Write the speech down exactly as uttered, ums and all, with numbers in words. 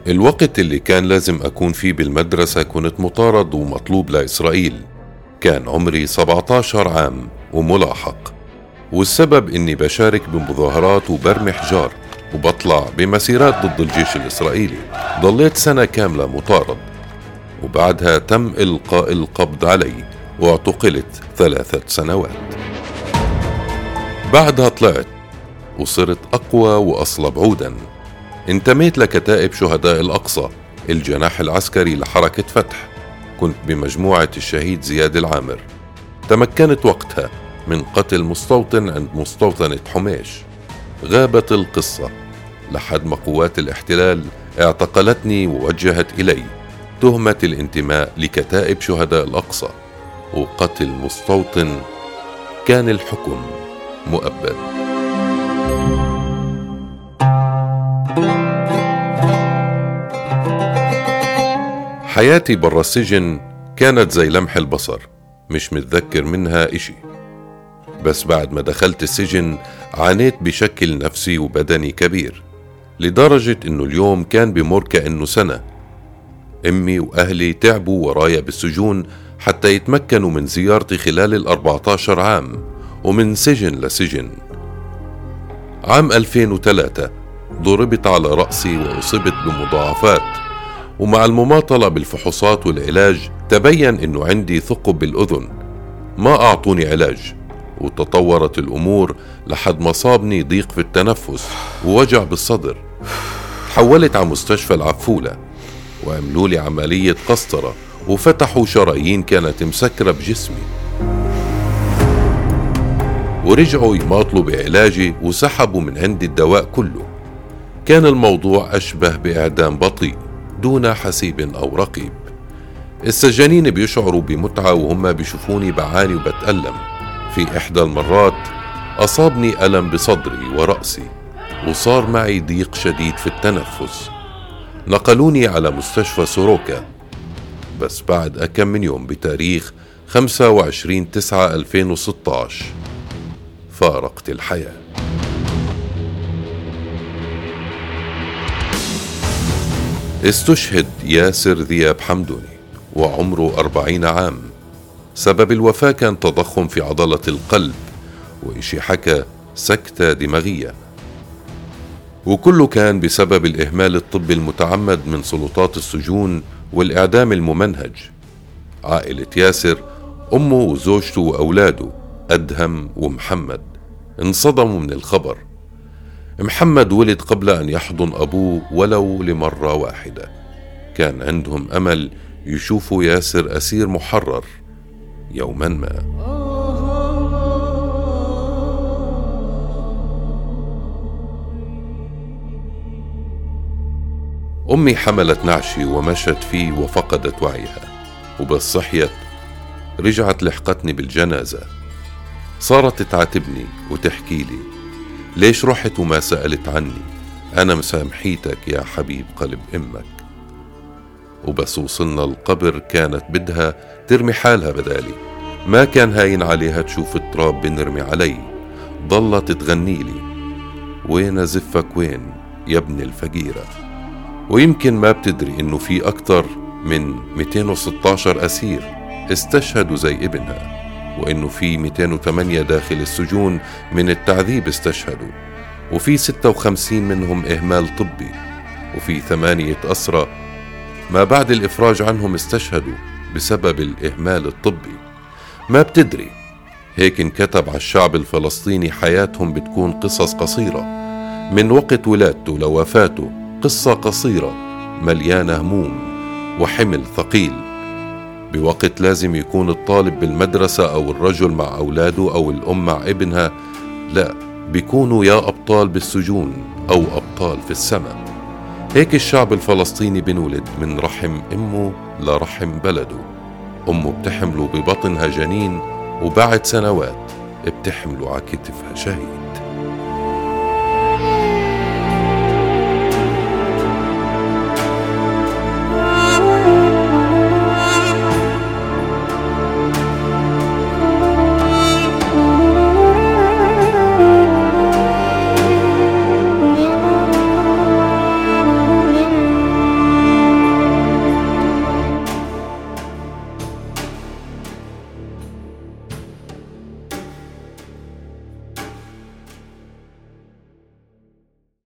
الوقت اللي كان لازم أكون فيه بالمدرسة كنت مطارد ومطلوب لإسرائيل. كان عمري سبعة عشر عام وملاحق، والسبب إني بشارك بمظاهرات وبرمي حجار وبطلع بمسيرات ضد الجيش الإسرائيلي. ضليت سنة كاملة مطارد، وبعدها تم إلقاء القبض علي واعتقلت ثلاثة سنوات. بعدها طلعت وصرت أقوى وأصلب عودا. انتميت لكتائب شهداء الأقصى، الجناح العسكري لحركة فتح. كنت بمجموعة الشهيد زياد العامر. تمكنت وقتها من قتل مستوطن عند مستوطنة حميش. غابت القصة لحد ما قوات الاحتلال اعتقلتني ووجهت إلي تهمة الانتماء لكتائب شهداء الأقصى وقتل مستوطن. كان الحكم مؤبد. حياتي برا السجن كانت زي لمح البصر، مش متذكر منها إشي. بس بعد ما دخلت السجن عانيت بشكل نفسي وبدني كبير، لدرجة إنه اليوم كان بمر كأنه سنة. أمي وأهلي تعبوا ورايا بالسجون حتى يتمكنوا من زيارتي خلال الأربعة عشر عام، ومن سجن لسجن. عام ألفين وثلاثة ضربت على رأسي وأصبت بمضاعفات، ومع المماطلة بالفحوصات والعلاج تبين إنه عندي ثقب بالأذن. ما أعطوني علاج، وتطورت الأمور لحد ما صابني ضيق في التنفس ووجع بالصدر. تحولت على مستشفى العفولة وعملوا لي عملية قسطرة وفتحوا شرايين كانت مسكرة بجسمي، ورجعوا يماطلوا بعلاجي وسحبوا من عندي الدواء كله. كان الموضوع أشبه بإعدام بطيء دون حسيب أو رقيب. السجانين بيشعروا بمتعة وهم بيشوفوني بعاني وبتألم. في إحدى المرات أصابني ألم بصدري ورأسي، وصار معي ضيق شديد في التنفس. نقلوني على مستشفى سوروكا. بس بعد أكم من يوم بتاريخ خمسة وعشرين تسعة ألفين وستة عشر فارقت الحياة. استشهد ياسر ذياب حمدوني وعمره أربعين عام. سبب الوفاة كان تضخم في عضلة القلب، وإشي حكى سكتة دماغية، وكله كان بسبب الإهمال الطبي المتعمد من سلطات السجون والإعدام الممنهج. عائلة ياسر، أمه وزوجته وأولاده أدهم ومحمد، انصدموا من الخبر. محمد ولد قبل أن يحضن أبوه ولو لمرة واحدة. كان عندهم أمل يشوفوا ياسر أسير محرر يوما ما. أمي حملت نعشي ومشت فيه وفقدت وعيها، وبس صحيت رجعت لحقتني بالجنازة. صارت تعاتبني وتحكي لي ليش رحت وما سألت عني، أنا مسامحيتك يا حبيب قلب أمك. وبس وصلنا القبر كانت بدها ترمي حالها بدالي. ما كان هاين عليها تشوف التراب بنرمي علي. ضلت تغني لي وين زفك وين يا ابن الفقيرة. ويمكن ما بتدري إنه في أكتر من مئتين وستة عشر أسير استشهدوا زي ابنها، وإنه في مئتين وثمانية داخل السجون من التعذيب استشهدوا، وفي ستة وخمسين منهم إهمال طبي، وفي ثمانية أسرى ما بعد الإفراج عنهم استشهدوا بسبب الإهمال الطبي. ما بتدري هيك انكتب على الشعب الفلسطيني حياتهم بتكون قصص قصيرة، من وقت ولادته لوفاته قصة قصيرة مليانة هموم وحمل ثقيل. بوقت لازم يكون الطالب بالمدرسة أو الرجل مع أولاده أو الأم مع ابنها، لا، بيكونوا يا أبطال بالسجون أو أبطال في السماء. هيك الشعب الفلسطيني بنولد من رحم أمه لرحم بلده. أمه بتحمله ببطنها جنين، وبعد سنوات بتحمله على كتفها شهيد.